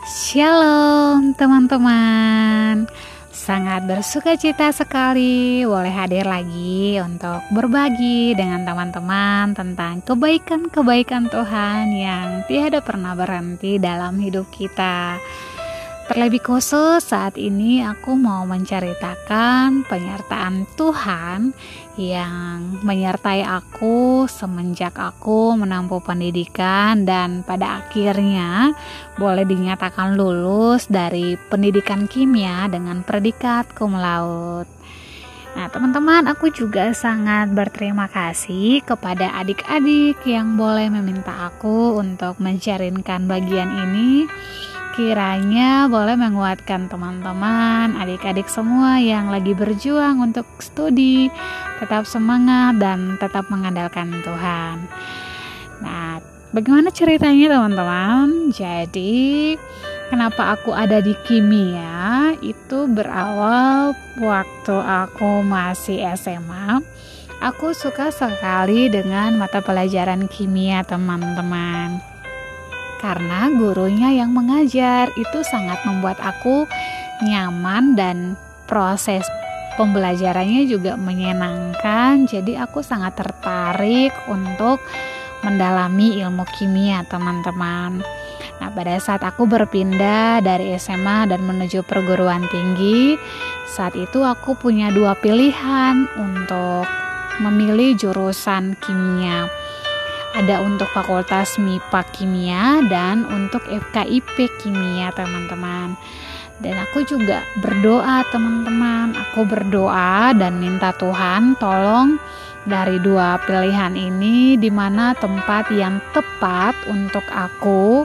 Shalom teman-teman, sangat bersukacita sekali boleh hadir lagi untuk berbagi dengan teman-teman tentang kebaikan-kebaikan Tuhan yang tiada pernah berhenti dalam hidup kita. Terlebih khusus saat ini aku mau menceritakan penyertaan Tuhan yang menyertai aku semenjak aku menempuh pendidikan dan pada akhirnya boleh dinyatakan lulus dari pendidikan kimia dengan predikat cum laude. Nah teman-teman, aku juga sangat berterima kasih kepada adik-adik yang boleh meminta aku untuk men-sharingkan bagian ini. Kiranya boleh menguatkan teman-teman, adik-adik semua yang lagi berjuang untuk studi, tetap semangat dan tetap mengandalkan Tuhan. Nah, bagaimana ceritanya teman-teman? Jadi, kenapa aku ada di kimia? Itu berawal waktu aku masih SMA. Aku suka sekali dengan mata pelajaran kimia teman-teman. Karena gurunya yang mengajar itu sangat membuat aku nyaman dan proses pembelajarannya juga menyenangkan. Jadi aku sangat tertarik untuk mendalami ilmu kimia teman-teman. Nah pada saat aku berpindah dari SMA dan menuju perguruan tinggi, saat itu aku punya dua pilihan untuk memilih jurusan kimia. Ada untuk fakultas MIPA kimia dan untuk FKIP kimia teman-teman. Dan aku juga berdoa teman-teman. Aku berdoa dan minta Tuhan tolong dari dua pilihan ini di mana tempat yang tepat untuk aku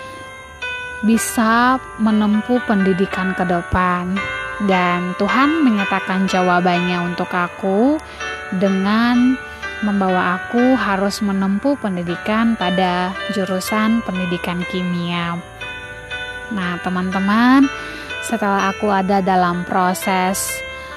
bisa menempuh pendidikan ke depan. Dan Tuhan menyatakan jawabannya untuk aku dengan membawa aku harus menempuh pendidikan pada jurusan pendidikan kimia. Nah teman-teman, setelah aku ada dalam proses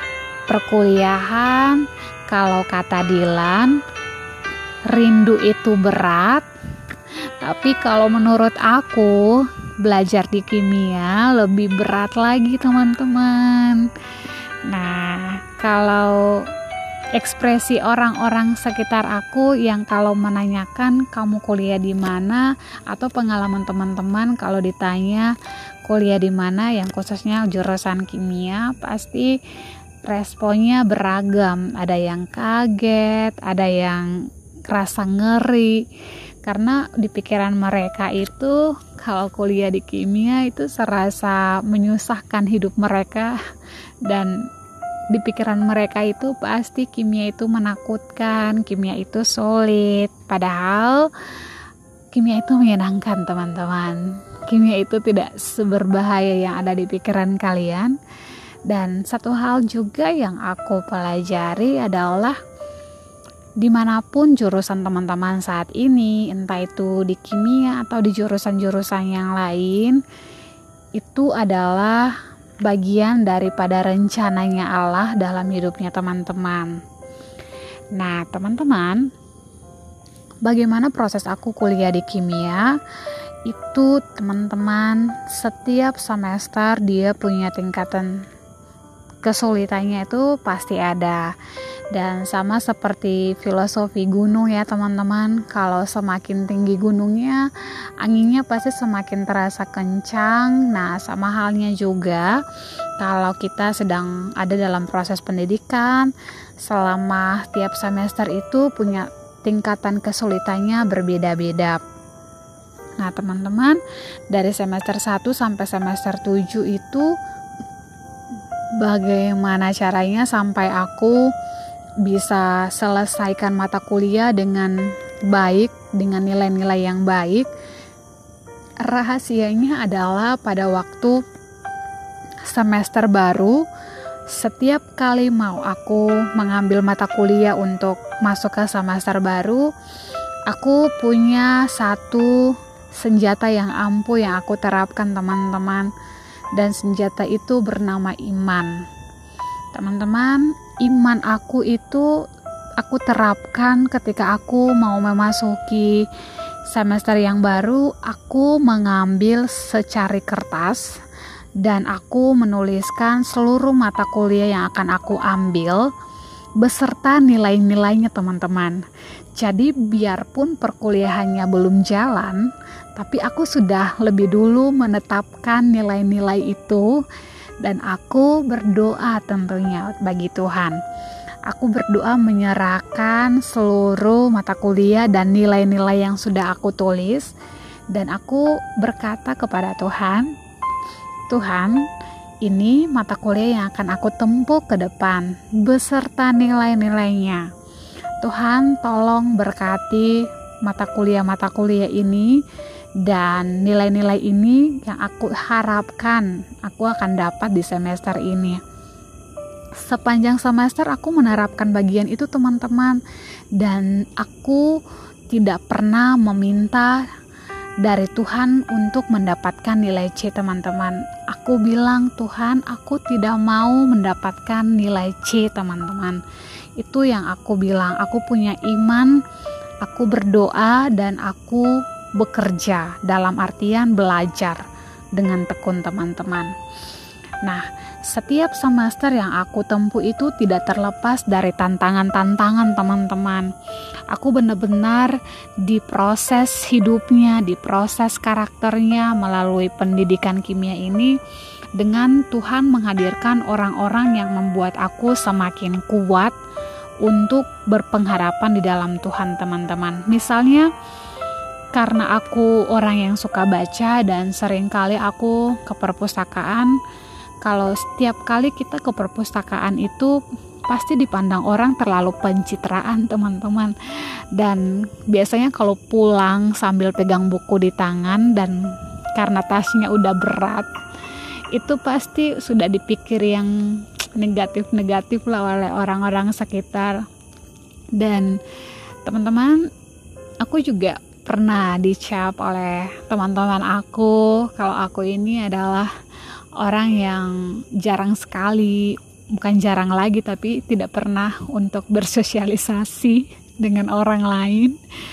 perkuliahan, kalau kata Dilan, rindu itu berat, tapi kalau menurut aku, belajar di kimia lebih berat lagi teman-teman. Nah, kalau ekspresi orang-orang sekitar aku yang kalau menanyakan kamu kuliah di mana atau pengalaman teman-teman kalau ditanya kuliah di mana yang khususnya jurusan kimia, pasti responnya beragam. Ada yang kaget, ada yang rasa ngeri karena di pikiran mereka itu kalau kuliah di kimia itu serasa menyusahkan hidup mereka, dan di pikiran mereka itu pasti kimia itu menakutkan, kimia itu sulit. Padahal kimia itu menyenangkan teman-teman. Kimia itu tidak seberbahaya yang ada di pikiran kalian. Dan satu hal juga yang aku pelajari adalah dimanapun jurusan teman-teman saat ini, entah itu di kimia atau di jurusan-jurusan yang lain, itu adalah bagian daripada rencananya Allah dalam hidupnya teman-teman. Nah teman-teman, bagaimana proses aku kuliah di kimia? Itu teman-teman, setiap semester dia punya tingkatan kesulitannya itu pasti ada. Dan sama seperti filosofi gunung ya teman-teman, kalau semakin tinggi gunungnya, anginnya pasti semakin terasa kencang. Nah sama halnya juga kalau kita sedang ada dalam proses pendidikan, selama tiap semester itu punya tingkatan kesulitannya berbeda-beda. Nah teman-teman, dari semester 1 sampai semester 7 itu bagaimana caranya sampai aku bisa selesaikan mata kuliah dengan baik, dengan nilai-nilai yang baik. Rahasianya adalah pada waktu semester baru, setiap kali mau aku mengambil mata kuliah untuk masuk ke semester baru, aku punya satu senjata yang ampuh yang aku terapkan teman-teman. Dan senjata itu bernama iman. Teman-teman, iman aku itu aku terapkan ketika aku mau memasuki semester yang baru aku mengambil secari kertas dan aku menuliskan seluruh mata kuliah yang akan aku ambil beserta nilai-nilainya teman-teman. Jadi biarpun perkuliahannya belum jalan, tapi aku sudah lebih dulu menetapkan nilai-nilai itu dan aku berdoa tentunya bagi Tuhan. Aku berdoa menyerahkan seluruh mata kuliah dan nilai-nilai yang sudah aku tulis dan aku berkata kepada Tuhan, Tuhan, ini mata kuliah yang akan aku tempuh ke depan beserta nilai-nilainya. Tuhan tolong berkati mata kuliah ini dan nilai-nilai ini yang aku harapkan aku akan dapat di semester ini. Sepanjang semester aku menerapkan bagian itu teman-teman, dan aku tidak pernah meminta dari Tuhan untuk mendapatkan nilai C teman-teman. Aku bilang, Tuhan, aku tidak mau mendapatkan nilai C teman-teman. Itu yang aku bilang. Aku punya iman, aku berdoa, dan aku bekerja, dalam artian belajar dengan tekun teman-teman. Nah, setiap semester yang aku tempuh itu tidak terlepas dari tantangan-tantangan teman-teman. Aku benar-benar diproses hidupnya, diproses karakternya melalui pendidikan kimia ini, dengan Tuhan menghadirkan orang-orang yang membuat aku semakin kuat untuk berpengharapan di dalam Tuhan teman-teman. Misalnya karena aku orang yang suka baca dan seringkali aku ke perpustakaan. Kalau setiap kali kita ke perpustakaan itu pasti dipandang orang terlalu pencitraan teman-teman. Dan biasanya kalau pulang sambil pegang buku di tangan dan karena tasnya udah berat, itu pasti sudah dipikir yang negatif-negatif lah oleh orang-orang sekitar. Dan teman-teman, aku juga pernah dicap oleh teman-teman aku kalau aku ini adalah orang yang jarang sekali, bukan jarang lagi, tapi tidak pernah untuk bersosialisasi dengan orang lain,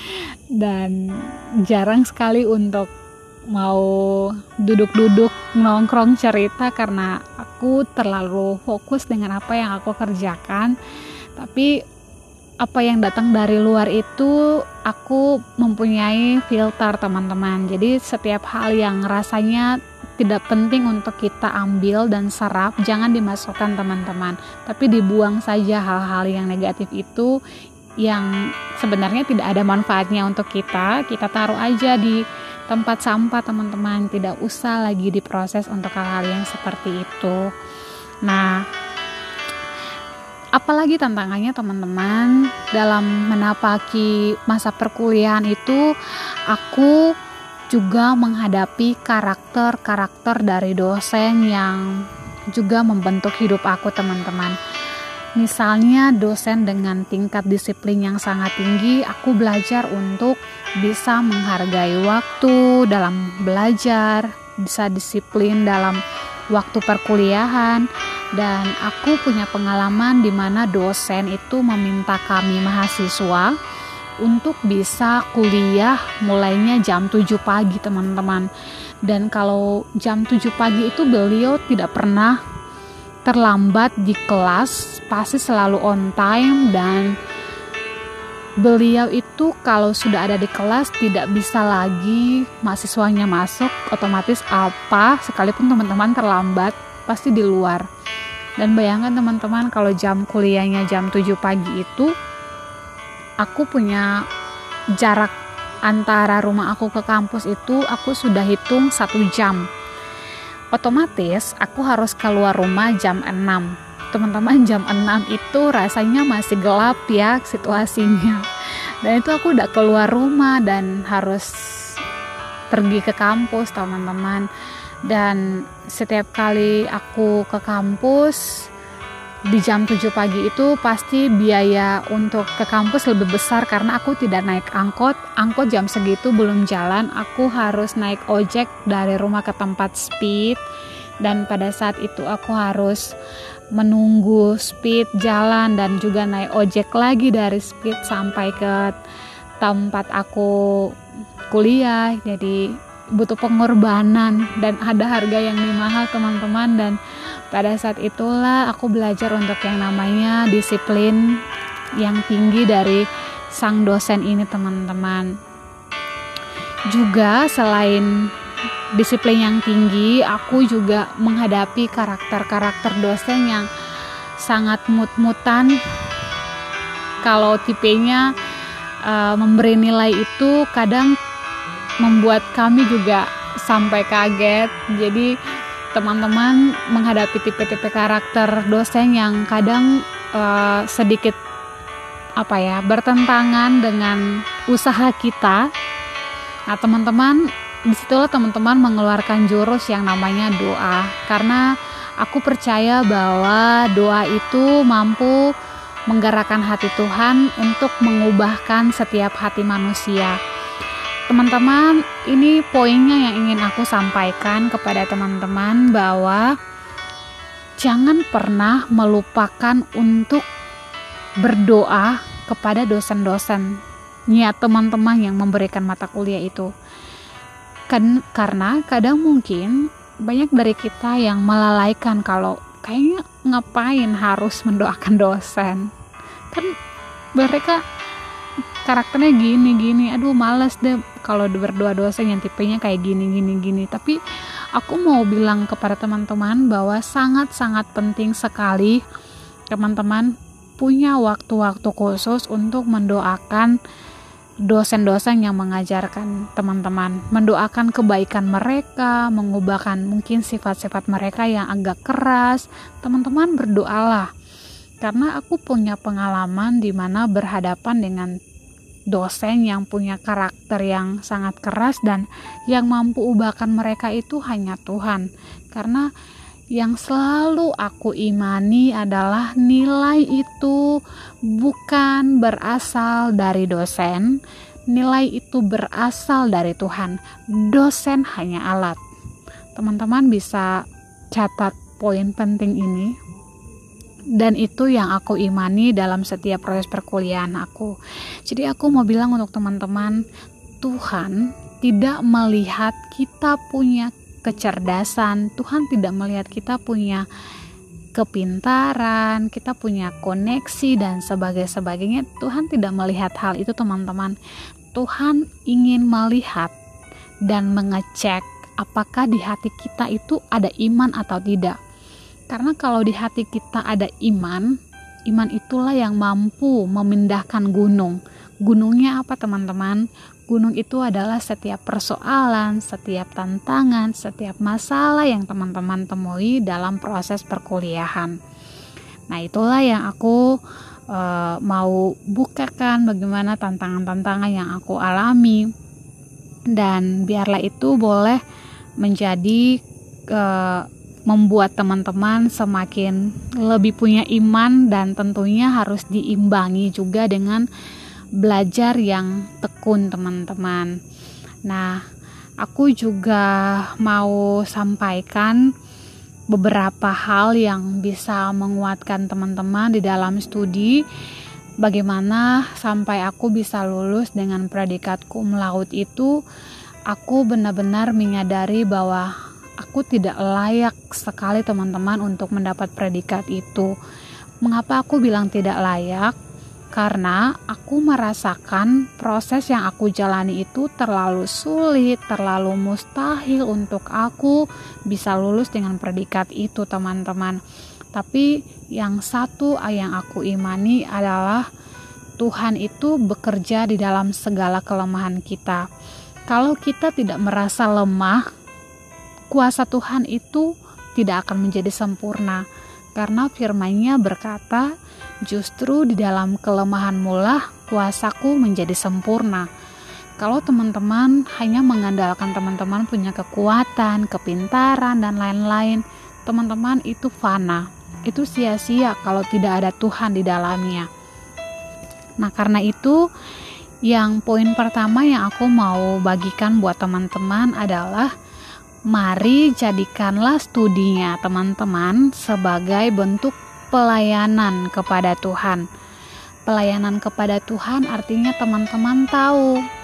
dan jarang sekali untuk mau duduk-duduk nongkrong cerita karena aku terlalu fokus dengan apa yang aku kerjakan. Tapi apa yang datang dari luar itu aku mempunyai filter teman-teman. Jadi setiap hal yang rasanya tidak penting untuk kita ambil dan serap, jangan dimasukkan teman-teman, tapi dibuang saja hal-hal yang negatif itu yang sebenarnya tidak ada manfaatnya untuk kita taruh aja di tempat sampah teman-teman, tidak usah lagi diproses untuk hal-hal yang seperti itu. Nah, apalagi tantangannya teman-teman dalam menapaki masa perkuliahan itu, aku juga menghadapi karakter-karakter dari dosen yang juga membentuk hidup aku teman-teman. Misalnya dosen dengan tingkat disiplin yang sangat tinggi, aku belajar untuk bisa menghargai waktu dalam belajar, bisa disiplin dalam waktu perkuliahan, dan aku punya pengalaman di mana dosen itu meminta kami mahasiswa untuk bisa kuliah mulainya jam 7 pagi teman-teman. Dan kalau jam 7 pagi itu beliau tidak pernah terlambat di kelas, pasti selalu on time, dan beliau itu kalau sudah ada di kelas tidak bisa lagi mahasiswanya masuk, otomatis apa sekalipun teman-teman terlambat pasti di luar. Dan bayangkan teman-teman kalau jam kuliahnya jam 7 pagi itu, aku punya jarak antara rumah aku ke kampus itu aku sudah hitung 1 jam. Otomatis aku harus keluar rumah jam 6. Teman-teman, jam 6 itu rasanya masih gelap ya situasinya. Dan itu aku udah keluar rumah dan harus pergi ke kampus teman-teman. Dan setiap kali aku ke kampus di jam 7 pagi itu pasti biaya untuk ke kampus lebih besar karena aku tidak naik angkot jam segitu belum jalan, aku harus naik ojek dari rumah ke tempat speed, dan pada saat itu aku harus menunggu speed jalan dan juga naik ojek lagi dari speed sampai ke tempat aku kuliah, jadi butuh pengorbanan dan ada harga yang mahal teman-teman. Dan pada saat itulah aku belajar untuk yang namanya disiplin yang tinggi dari sang dosen ini teman-teman. Juga selain disiplin yang tinggi, aku juga menghadapi karakter-karakter dosen yang sangat mut-mutan. Kalau tipenya memberi nilai itu kadang membuat kami juga sampai kaget. Jadi teman-teman menghadapi tipe-tipe karakter dosen yang kadang sedikit bertentangan dengan usaha kita. Nah teman-teman, disitulah teman-teman mengeluarkan jurus yang namanya doa, karena aku percaya bahwa doa itu mampu menggerakkan hati Tuhan untuk mengubahkan setiap hati manusia. Teman-teman, ini poinnya yang ingin aku sampaikan kepada teman-teman, bahwa jangan pernah melupakan untuk berdoa kepada dosen-dosennya teman-teman yang memberikan mata kuliah itu. Karena kadang mungkin banyak dari kita yang melalaikan kalau kayaknya ngapain harus mendoakan dosen, kan mereka karakternya gini, aduh malas deh kalau berdoa dosen yang tipenya kayak gini. Tapi aku mau bilang kepada teman-teman bahwa sangat-sangat penting sekali teman-teman punya waktu-waktu khusus untuk mendoakan dosen-dosen yang mengajarkan teman-teman, mendoakan kebaikan mereka, mengubahkan mungkin sifat-sifat mereka yang agak keras. Teman-teman berdoalah, karena aku punya pengalaman di mana berhadapan dengan dosen yang punya karakter yang sangat keras, dan yang mampu ubahkan mereka itu hanya Tuhan. Karena yang selalu aku imani adalah nilai itu bukan berasal dari dosen, nilai itu berasal dari Tuhan. Dosen hanya alat. Teman-teman bisa catat poin penting ini, dan itu yang aku imani dalam setiap proses perkuliahan aku. Jadi aku mau bilang untuk teman-teman, Tuhan tidak melihat kita punya kecerdasan, Tuhan tidak melihat kita punya kepintaran, kita punya koneksi dan sebagainya. Tuhan tidak melihat hal itu teman-teman. Tuhan ingin melihat dan mengecek apakah di hati kita itu ada iman atau tidak. Karena kalau di hati kita ada iman itulah yang mampu memindahkan gunung. Gunungnya apa teman-teman? Gunung itu adalah setiap persoalan, setiap tantangan, setiap masalah yang teman-teman temui dalam proses perkuliahan. Nah itulah yang aku mau bukakan, bagaimana tantangan-tantangan yang aku alami, dan biarlah itu boleh menjadi membuat teman-teman semakin lebih punya iman, dan tentunya harus diimbangi juga dengan belajar yang tekun teman-teman. Nah, aku juga mau sampaikan beberapa hal yang bisa menguatkan teman-teman di dalam studi. Bagaimana sampai aku bisa lulus dengan predikat cum laude itu, aku benar-benar menyadari bahwa aku tidak layak sekali teman-teman untuk mendapat predikat itu. Mengapa aku bilang tidak layak? Karena aku merasakan proses yang aku jalani itu terlalu sulit, terlalu mustahil untuk aku bisa lulus dengan predikat itu teman-teman. Tapi yang satu yang aku imani adalah Tuhan itu bekerja di dalam segala kelemahan kita. Kalau kita tidak merasa lemah, kuasa Tuhan itu tidak akan menjadi sempurna. Karena firman-Nya berkata, justru di dalam kelemahanmu lah kuasaku menjadi sempurna. Kalau teman-teman hanya mengandalkan teman-teman punya kekuatan, kepintaran, dan lain-lain, teman-teman itu fana. Itu sia-sia kalau tidak ada Tuhan di dalamnya. Nah karena itu, yang poin pertama yang aku mau bagikan buat teman-teman adalah mari jadikanlah studinya teman-teman sebagai bentuk pelayanan kepada Tuhan. Pelayanan kepada Tuhan artinya teman-teman tahu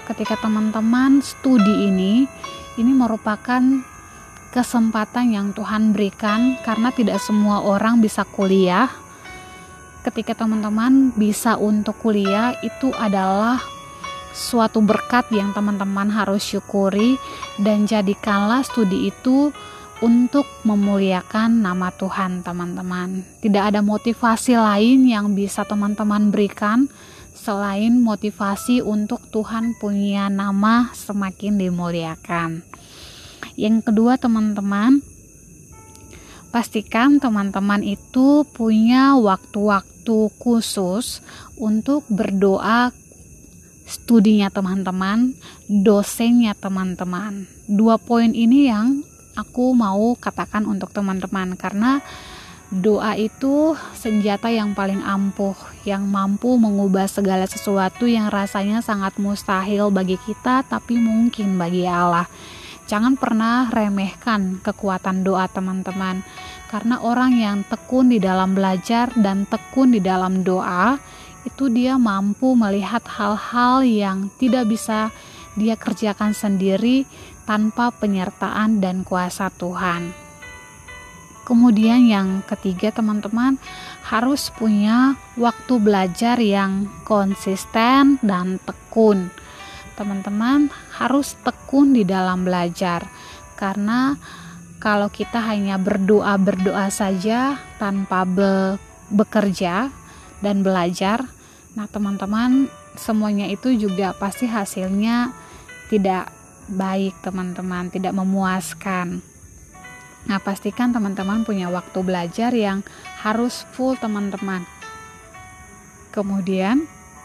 ketika teman-teman studi ini merupakan kesempatan yang Tuhan berikan, karena tidak semua orang bisa kuliah. Ketika teman-teman bisa untuk kuliah, itu adalah suatu berkat yang teman-teman harus syukuri, dan jadikanlah studi itu untuk memuliakan nama Tuhan, teman-teman. Tidak ada motivasi lain yang bisa teman-teman berikan selain motivasi untuk Tuhan punya nama semakin dimuliakan. Yang kedua, teman-teman, pastikan teman-teman itu punya waktu-waktu khusus untuk berdoa studinya teman-teman, dosennya teman-teman. 2 poin ini yang aku mau katakan untuk teman-teman, karena doa itu senjata yang paling ampuh, yang mampu mengubah segala sesuatu yang rasanya sangat mustahil bagi kita, tapi mungkin bagi Allah. Jangan pernah remehkan kekuatan doa, teman-teman, karena orang yang tekun di dalam belajar dan tekun di dalam doa, itu dia mampu melihat hal-hal yang tidak bisa dia kerjakan sendiri tanpa penyertaan dan kuasa Tuhan. Kemudian yang ketiga, teman-teman, harus punya waktu belajar yang konsisten dan tekun. Teman-teman harus tekun di dalam belajar, karena kalau kita hanya berdoa saja tanpa bekerja dan belajar, nah teman-teman, semuanya itu juga pasti hasilnya tidak baik, teman-teman, tidak memuaskan. Nah, pastikan teman-teman punya waktu belajar yang harus full, teman-teman. Kemudian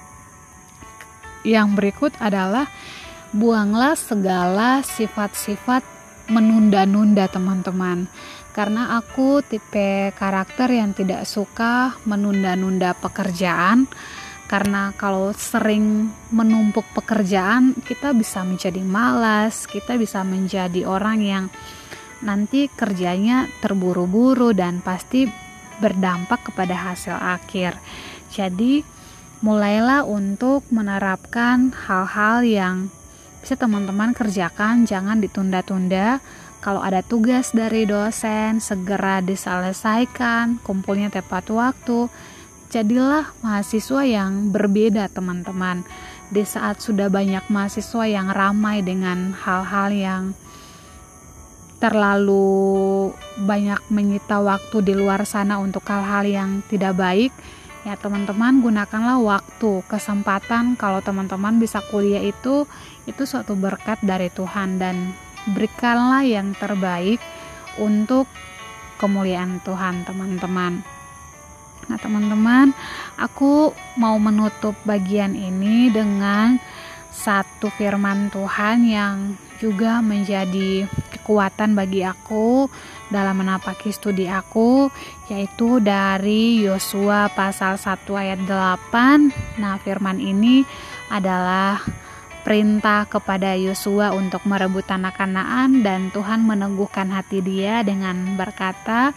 yang berikut adalah buanglah segala sifat-sifat menunda-nunda, teman-teman. Karena aku tipe karakter yang tidak suka menunda-nunda pekerjaan. Karena kalau sering menumpuk pekerjaan, kita bisa menjadi malas, kita bisa menjadi orang yang nanti kerjanya terburu-buru dan pasti berdampak kepada hasil akhir. Jadi mulailah untuk menerapkan hal-hal yang bisa teman-teman kerjakan, jangan ditunda-tunda. Kalau ada tugas dari dosen, segera diselesaikan, kumpulnya tepat waktu. Jadilah mahasiswa yang berbeda, teman-teman. Di saat sudah banyak mahasiswa yang ramai dengan hal-hal yang terlalu banyak menyita waktu di luar sana untuk hal-hal yang tidak baik, ya teman-teman, gunakanlah waktu, kesempatan. Kalau teman-teman bisa kuliah itu suatu berkat dari Tuhan, dan berikanlah yang terbaik untuk kemuliaan Tuhan, teman-teman. Nah, teman-teman, aku mau menutup bagian ini dengan satu firman Tuhan yang juga menjadi kekuatan bagi aku dalam menapaki studi aku, yaitu dari Yosua pasal 1 ayat 8. Nah, firman ini adalah perintah kepada Yosua untuk merebut tanah Kanaan, dan Tuhan meneguhkan hati dia dengan berkata,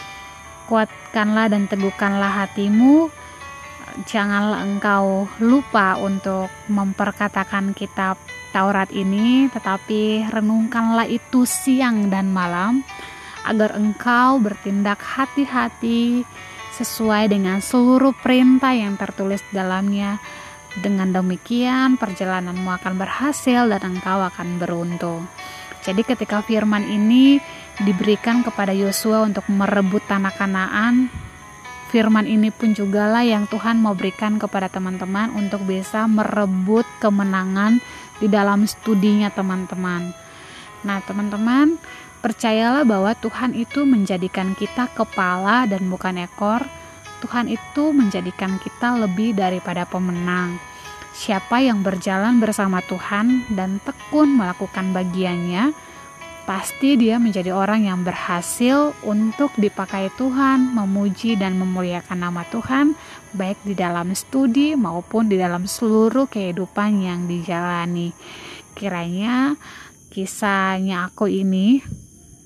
kuatkanlah dan teguhkanlah hatimu, janganlah engkau lupa untuk memperkatakan kitab Taurat ini, tetapi renungkanlah itu siang dan malam, agar engkau bertindak hati-hati sesuai dengan seluruh perintah yang tertulis dalamnya. Dengan demikian perjalananmu akan berhasil dan engkau akan beruntung. Jadi ketika firman ini diberikan kepada Yosua untuk merebut tanah Kanaan, firman ini pun jugalah yang Tuhan mau berikan kepada teman-teman untuk bisa merebut kemenangan di dalam studinya, teman-teman. Nah, teman-teman, percayalah bahwa Tuhan itu menjadikan kita kepala dan bukan ekor. Tuhan itu menjadikan kita lebih daripada pemenang. Siapa yang berjalan bersama Tuhan dan tekun melakukan bagiannya, pasti dia menjadi orang yang berhasil untuk dipakai Tuhan, memuji dan memuliakan nama Tuhan, baik di dalam studi maupun di dalam seluruh kehidupan yang dijalani. Kiranya kisahnya aku ini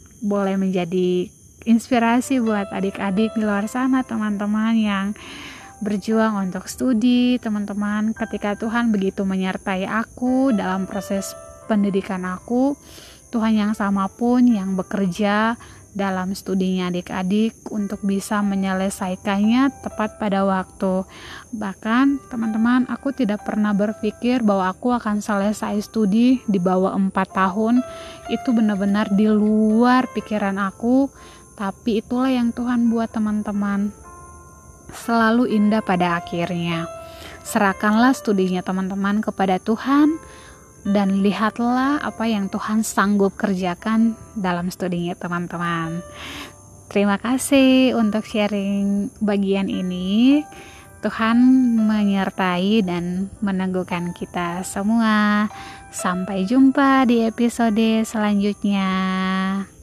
boleh menjadi inspirasi buat adik-adik di luar sana, teman-teman, yang berjuang untuk studi, teman-teman. Ketika Tuhan begitu menyertai aku dalam proses pendidikan aku, Tuhan yang sama pun yang bekerja dalam studinya adik-adik untuk bisa menyelesaikannya tepat pada waktu. Bahkan teman-teman, aku tidak pernah berpikir bahwa aku akan selesai studi di bawah 4 tahun. Itu benar-benar di luar pikiran aku, tapi itulah yang Tuhan buat teman-teman. Selalu indah pada akhirnya. Serahkanlah studinya teman-teman kepada Tuhan, dan lihatlah apa yang Tuhan sanggup kerjakan dalam studinya teman-teman. Terima kasih untuk sharing bagian ini. Tuhan menyertai dan meneguhkan kita semua. Sampai jumpa di episode selanjutnya.